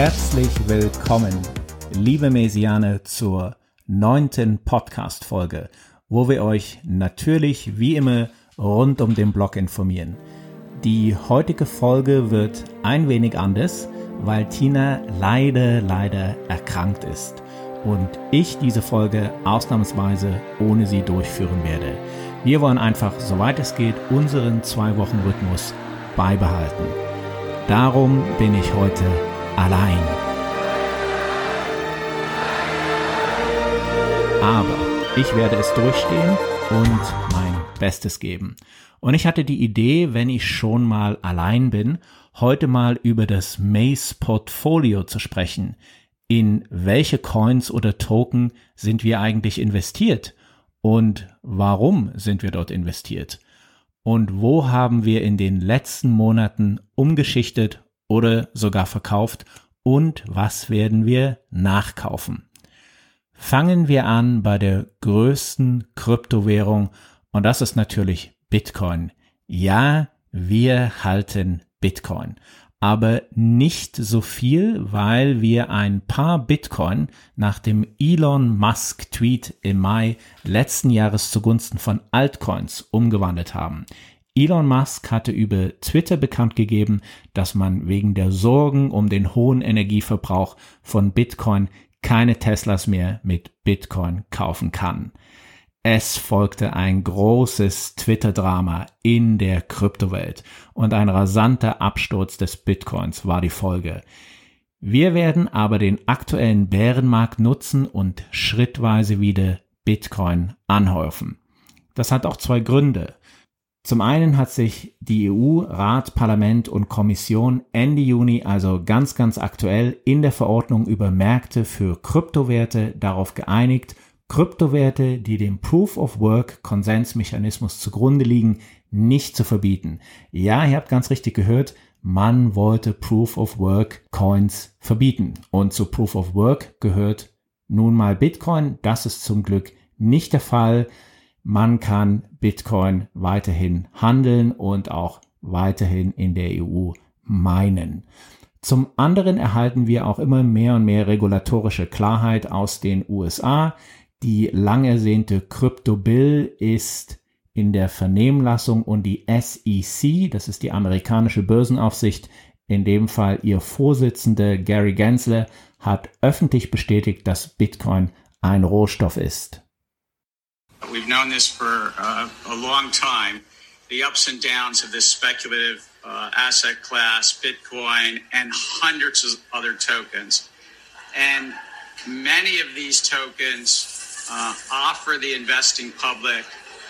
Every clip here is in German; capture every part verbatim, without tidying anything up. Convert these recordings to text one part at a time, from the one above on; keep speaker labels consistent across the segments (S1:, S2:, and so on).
S1: Herzlich willkommen, liebe Mesianer, zur neunten Podcast-Folge, wo wir euch natürlich wie immer rund um den Blog informieren. Die heutige Folge wird ein wenig anders, weil Tina leider, leider erkrankt ist und ich diese Folge ausnahmsweise ohne sie durchführen werde. Wir wollen einfach, soweit es geht, unseren Zwei-Wochen-Rhythmus beibehalten. Darum bin ich heute allein. Aber ich werde es durchstehen und mein Bestes geben. Und ich hatte die Idee, wenn ich schon mal allein bin, heute mal über das Maze Portfolio zu sprechen. In welche Coins oder Token sind wir eigentlich investiert? Und warum sind wir dort investiert? Und wo haben wir in den letzten Monaten umgeschichtet oder sogar verkauft? Und was werden wir nachkaufen? Fangen wir an bei der größten Kryptowährung und das ist natürlich Bitcoin. Ja, wir halten Bitcoin. Aber nicht so viel, weil wir ein paar Bitcoin nach dem Elon Musk Tweet im Mai letzten Jahres zugunsten von Altcoins umgewandelt haben. Elon Musk hatte über Twitter bekannt gegeben, dass man wegen der Sorgen um den hohen Energieverbrauch von Bitcoin keine Teslas mehr mit Bitcoin kaufen kann. Es folgte ein großes Twitter-Drama in der Kryptowelt und ein rasanter Absturz des Bitcoins war die Folge. Wir werden aber den aktuellen Bärenmarkt nutzen und schrittweise wieder Bitcoin anhäufen. Das hat auch zwei Gründe. Zum einen hat sich die E U, Rat, Parlament und Kommission Ende Juni, also ganz, ganz aktuell, in der Verordnung über Märkte für Kryptowerte darauf geeinigt, Kryptowerte, die dem Proof-of-Work-Konsensmechanismus zugrunde liegen, nicht zu verbieten. Ja, ihr habt ganz richtig gehört, man wollte Proof-of-Work-Coins verbieten. Und zu Proof-of-Work gehört nun mal Bitcoin. Das ist zum Glück nicht der Fall. Man kann Bitcoin weiterhin handeln und auch weiterhin in der E U meinen. Zum anderen erhalten wir auch immer mehr und mehr regulatorische Klarheit aus den U S A. Die lang ersehnte Crypto-Bill ist in der Vernehmlassung und die S E C, das ist die amerikanische Börsenaufsicht, in dem Fall ihr Vorsitzender Gary Gensler, hat öffentlich bestätigt, dass Bitcoin ein Rohstoff ist.
S2: We've known this for uh, a long time, the ups and downs of this speculative uh, asset class, Bitcoin, and hundreds of other tokens. And many of these tokens uh, offer the investing public,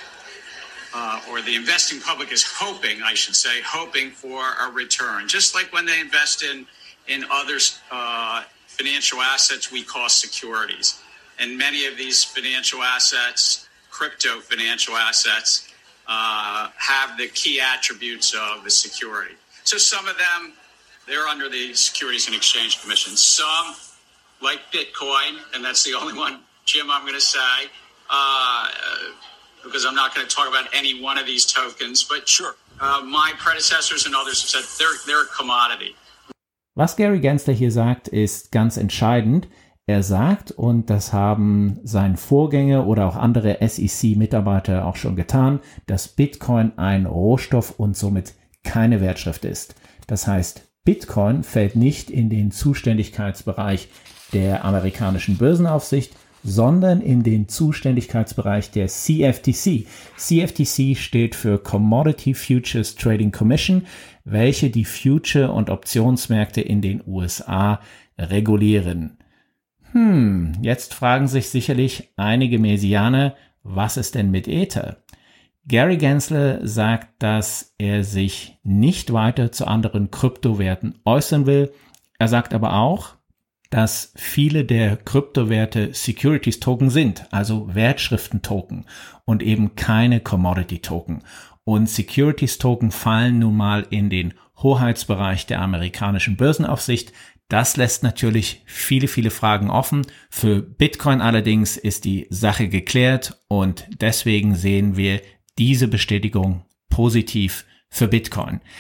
S2: uh, or the investing public is hoping, I should say, hoping for a return. Just like when they invest in, in other uh, financial assets we call securities. And many of these financial assets, crypto financial assets, uh, have the key attributes of a security. So some of them, they're under the Securities and Exchange Commission. Some, like Bitcoin, and that's the only one, Jim, I'm going to say, uh, because I'm not going to talk about any one of these tokens, but sure, uh, my predecessors and others have said they're, they're a commodity.
S1: Was Gary Gensler hier sagt, ist ganz entscheidend. Er sagt, und das haben sein Vorgänger oder auch andere S E C-Mitarbeiter auch schon getan, dass Bitcoin ein Rohstoff und somit keine Wertschrift ist. Das heißt, Bitcoin fällt nicht in den Zuständigkeitsbereich der amerikanischen Börsenaufsicht, sondern in den Zuständigkeitsbereich der C F T C. C F T C steht für Commodity Futures Trading Commission, welche die Future- und Optionsmärkte in den U S A regulieren. Hm, jetzt fragen sich sicherlich einige Mesianer, was ist denn mit Ether? Gary Gensler sagt, dass er sich nicht weiter zu anderen Kryptowerten äußern will. Er sagt aber auch, dass viele der Kryptowerte Securities-Token sind, also Wertschriften-Token und eben keine Commodity-Token. Und Securities-Token fallen nun mal in den Hoheitsbereich der amerikanischen Börsenaufsicht. Das lässt natürlich viele, viele Fragen offen. Für Bitcoin allerdings ist die Sache geklärt und deswegen sehen wir diese Bestätigung positiv für Bitcoin.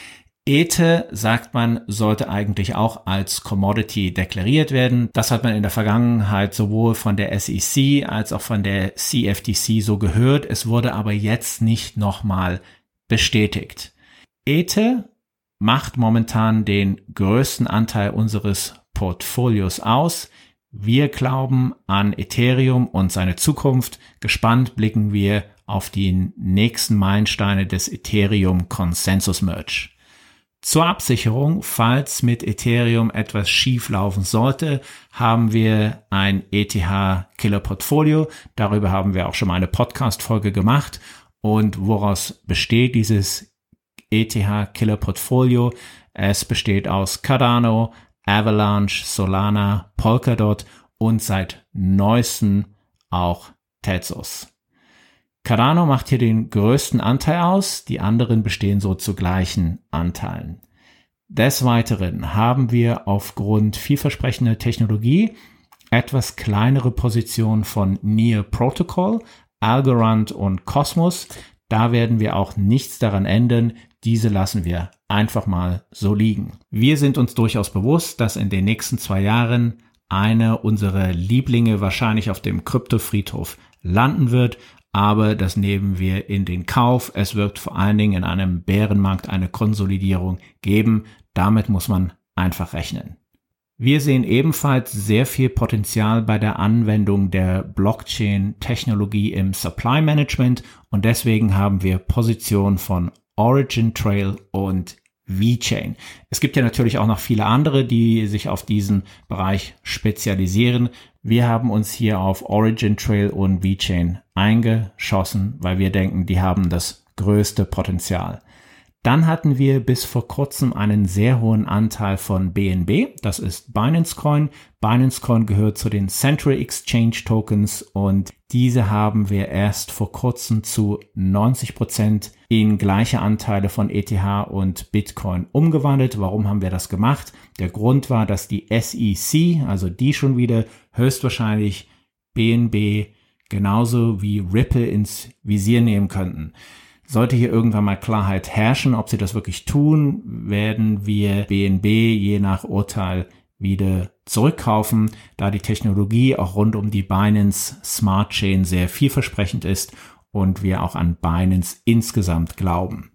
S1: Ether, sagt man, sollte eigentlich auch als Commodity deklariert werden. Das hat man in der Vergangenheit sowohl von der S E C als auch von der C F T C so gehört. Es wurde aber jetzt nicht nochmal bestätigt. Ether macht momentan den größten Anteil unseres Portfolios aus. Wir glauben an Ethereum und seine Zukunft. Gespannt blicken wir auf die nächsten Meilensteine des Ethereum Consensus Merge. Zur Absicherung, falls mit Ethereum etwas schief laufen sollte, haben wir ein E T H-Killer-Portfolio. Darüber haben wir auch schon mal eine Podcast-Folge gemacht. Und woraus besteht dieses E T H-Killer-Portfolio? Es besteht aus Cardano, Avalanche, Solana, Polkadot und seit neuestem auch Tezos. Cardano macht hier den größten Anteil aus, die anderen bestehen so zu gleichen Anteilen. Des Weiteren haben wir aufgrund vielversprechender Technologie etwas kleinere Positionen von Near Protocol, Algorand und Cosmos. Da werden wir auch nichts daran ändern, diese lassen wir einfach mal so liegen. Wir sind uns durchaus bewusst, dass in den nächsten zwei Jahren einer unserer Lieblinge wahrscheinlich auf dem Kryptofriedhof landen wird, aber das nehmen wir in den Kauf. Es wird vor allen Dingen in einem Bärenmarkt eine Konsolidierung geben. Damit muss man einfach rechnen. Wir sehen ebenfalls sehr viel Potenzial bei der Anwendung der Blockchain-Technologie im Supply Management und deswegen haben wir Positionen von Origin Trail und VeChain. Es gibt ja natürlich auch noch viele andere, die sich auf diesen Bereich spezialisieren. Wir haben uns hier auf Origin Trail und VeChain eingeschossen, weil wir denken, die haben das größte Potenzial. Dann hatten wir bis vor kurzem einen sehr hohen Anteil von B N B, das ist Binance Coin. Binance Coin gehört zu den Central Exchange Tokens und diese haben wir erst vor kurzem zu neunzig Prozent in gleiche Anteile von E T H und Bitcoin umgewandelt. Warum haben wir das gemacht? Der Grund war, dass die S E C, also die schon wieder höchstwahrscheinlich B N B genauso wie Ripple ins Visier nehmen könnten. Sollte hier irgendwann mal Klarheit herrschen, ob sie das wirklich tun, werden wir B N B je nach Urteil wieder zurückkaufen, da die Technologie auch rund um die Binance Smart Chain sehr vielversprechend ist und wir auch an Binance insgesamt glauben.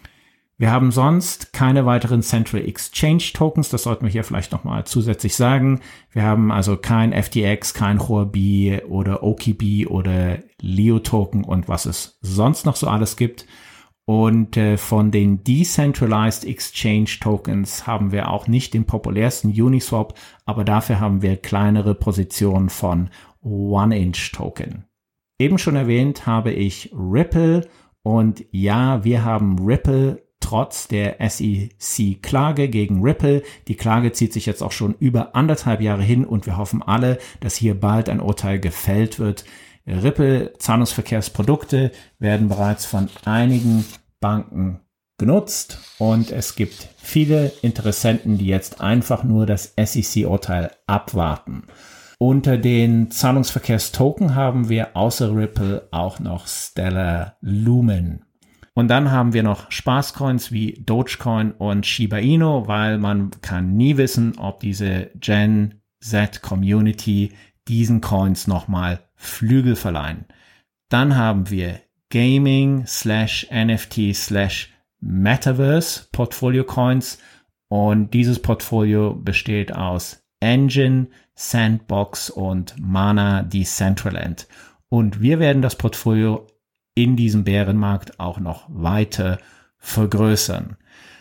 S1: Wir haben sonst keine weiteren Central Exchange Tokens, das sollten wir hier vielleicht nochmal zusätzlich sagen. Wir haben also kein F T X, kein Huobi oder Okibi oder Leo Token und was es sonst noch so alles gibt. Und äh, von den Decentralized Exchange Tokens haben wir auch nicht den populärsten Uniswap, aber dafür haben wir kleinere Positionen von One-Inch Token. Eben schon erwähnt habe ich Ripple und ja, wir haben Ripple trotz der S E C-Klage gegen Ripple. Die Klage zieht sich jetzt auch schon über anderthalb Jahre hin und wir hoffen alle, dass hier bald ein Urteil gefällt wird. Ripple Zahlungsverkehrsprodukte werden bereits von einigen Banken genutzt und es gibt viele Interessenten, die jetzt einfach nur das S E C-Urteil abwarten. Unter den Zahlungsverkehrstoken haben wir außer Ripple auch noch Stellar Lumen. Und dann haben wir noch Spaßcoins wie Dogecoin und Shiba Inu, weil man kann nie wissen, ob diese Gen Z Community diesen Coins nochmal Flügel verleihen. Dann haben wir Gaming slash N F T slash Metaverse Portfolio Coins und dieses Portfolio besteht aus Engine, Sandbox und Mana Decentraland. Und wir werden das Portfolio in diesem Bärenmarkt auch noch weiter vergrößern.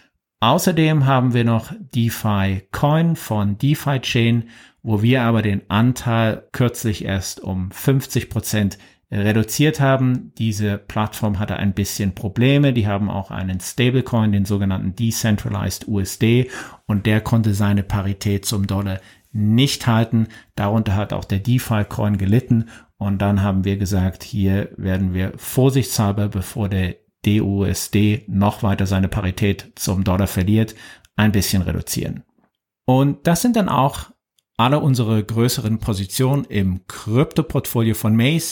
S1: Außerdem haben wir noch DeFi Coin von DeFi Chain, wo wir aber den Anteil kürzlich erst um fünfzig Prozent reduziert haben. Diese Plattform hatte ein bisschen Probleme. Die haben auch einen Stablecoin, den sogenannten Decentralized U S D, und der konnte seine Parität zum Dollar nicht halten. Darunter hat auch der DeFi Coin gelitten. Und dann haben wir gesagt, hier werden wir vorsichtshalber, bevor der D U S D noch weiter seine Parität zum Dollar verliert, ein bisschen reduzieren. Und das sind dann auch alle unsere größeren Positionen im Krypto-Portfolio von Maze.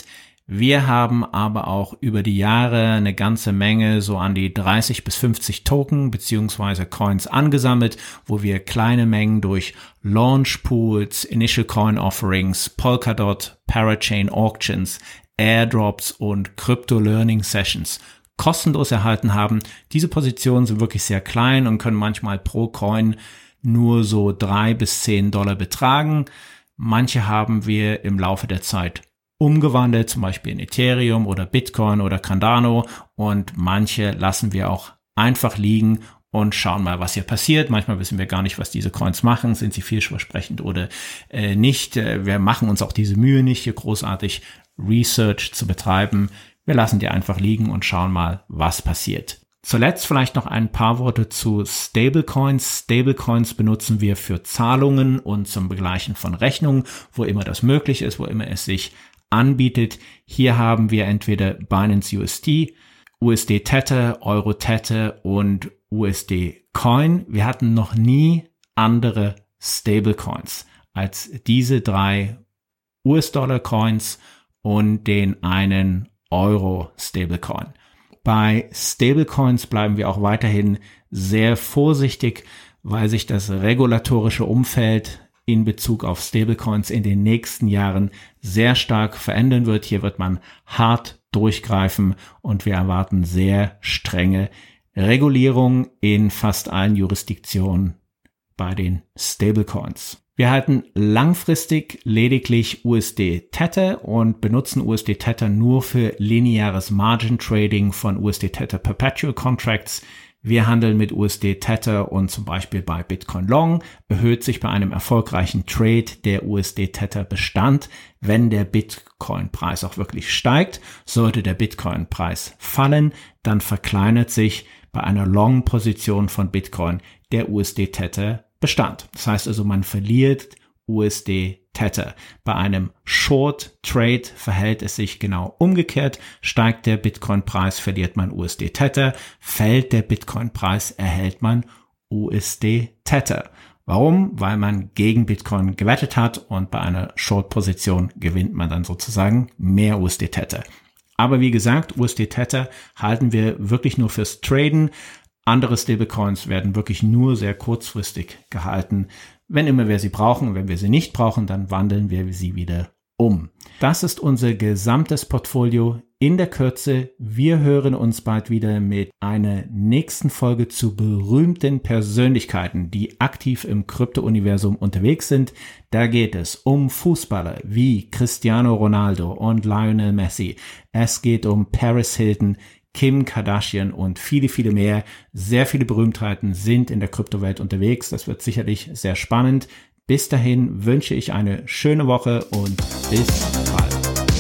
S1: Wir haben aber auch über die Jahre eine ganze Menge, so an die dreißig bis fünfzig Token beziehungsweise Coins angesammelt, wo wir kleine Mengen durch Launch Pools, Initial Coin Offerings, Polkadot, Parachain Auctions, Airdrops und Crypto Learning Sessions kostenlos erhalten haben. Diese Positionen sind wirklich sehr klein und können manchmal pro Coin nur so drei bis zehn Dollar betragen. Manche haben wir im Laufe der Zeit umgewandelt, zum Beispiel in Ethereum oder Bitcoin oder Cardano, und manche lassen wir auch einfach liegen und schauen mal, was hier passiert. Manchmal wissen wir gar nicht, was diese Coins machen, sind sie vielversprechend oder äh, nicht. Wir machen uns auch diese Mühe nicht, hier großartig Research zu betreiben. Wir lassen die einfach liegen und schauen mal, was passiert. Zuletzt vielleicht noch ein paar Worte zu Stablecoins. Stablecoins benutzen wir für Zahlungen und zum Begleichen von Rechnungen, wo immer das möglich ist, wo immer es sich anbietet. Hier haben wir entweder Binance U S D, U S D Tether, Euro Tether und U S D Coin. Wir hatten noch nie andere Stablecoins als diese drei U S-Dollar Coins und den einen Euro Stablecoin. Bei Stablecoins bleiben wir auch weiterhin sehr vorsichtig, weil sich das regulatorische Umfeld in Bezug auf Stablecoins in den nächsten Jahren sehr stark verändern wird. Hier wird man hart durchgreifen und wir erwarten sehr strenge Regulierung in fast allen Jurisdiktionen bei den Stablecoins. Wir halten langfristig lediglich U S D Tether und benutzen U S D Tether nur für lineares Margin Trading von U S D Tether Perpetual Contracts. Wir handeln mit U S D Tether und zum Beispiel bei Bitcoin Long erhöht sich bei einem erfolgreichen Trade der U S D Tether Bestand, wenn der Bitcoin-Preis auch wirklich steigt. Sollte der Bitcoin-Preis fallen, dann verkleinert sich bei einer Long-Position von Bitcoin der U S D Tether Bestand. Das heißt also, man verliert U S D Tether. Bei einem Short Trade verhält es sich genau umgekehrt. Steigt der Bitcoin-Preis, verliert man U S D Tether. Fällt der Bitcoin-Preis, erhält man U S D Tether. Warum? Weil man gegen Bitcoin gewettet hat und bei einer Short-Position gewinnt man dann sozusagen mehr U S D Tether. Aber wie gesagt, U S D Tether halten wir wirklich nur fürs Traden. Andere Stablecoins werden wirklich nur sehr kurzfristig gehalten. Wenn immer wir sie brauchen, wenn wir sie nicht brauchen, dann wandeln wir sie wieder um. Das ist unser gesamtes Portfolio in der Kürze. Wir hören uns bald wieder mit einer nächsten Folge zu berühmten Persönlichkeiten, die aktiv im Krypto-Universum unterwegs sind. Da geht es um Fußballer wie Cristiano Ronaldo und Lionel Messi. Es geht um Paris Hilton, Kim Kardashian und viele, viele mehr. Sehr viele Berühmtheiten sind in der Kryptowelt unterwegs. Das wird sicherlich sehr spannend. Bis dahin wünsche ich eine schöne Woche und bis bald.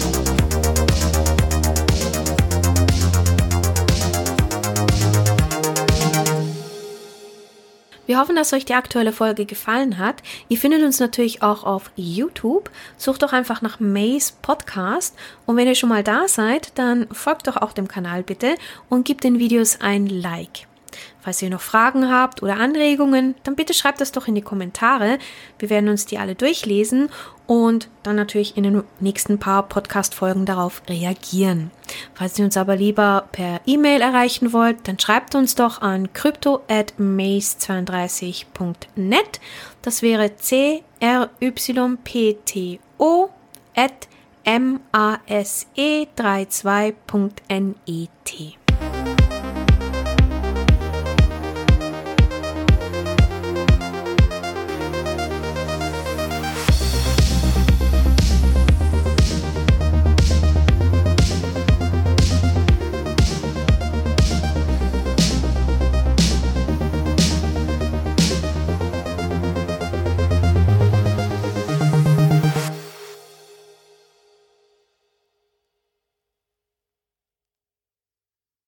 S3: Wir hoffen, dass euch die aktuelle Folge gefallen hat. Ihr findet uns natürlich auch auf YouTube. Sucht doch einfach nach Maze Podcast. Und wenn ihr schon mal da seid, dann folgt doch auch dem Kanal bitte und gebt den Videos ein Like. Falls ihr noch Fragen habt oder Anregungen, dann bitte schreibt das doch in die Kommentare. Wir werden uns die alle durchlesen und dann natürlich in den nächsten paar Podcast-Folgen darauf reagieren. Falls ihr uns aber lieber per E-Mail erreichen wollt, dann schreibt uns doch an crypto at maze zweiunddreißig punkt net. Das wäre c r y p t o at maze zweiunddreißig punkt net.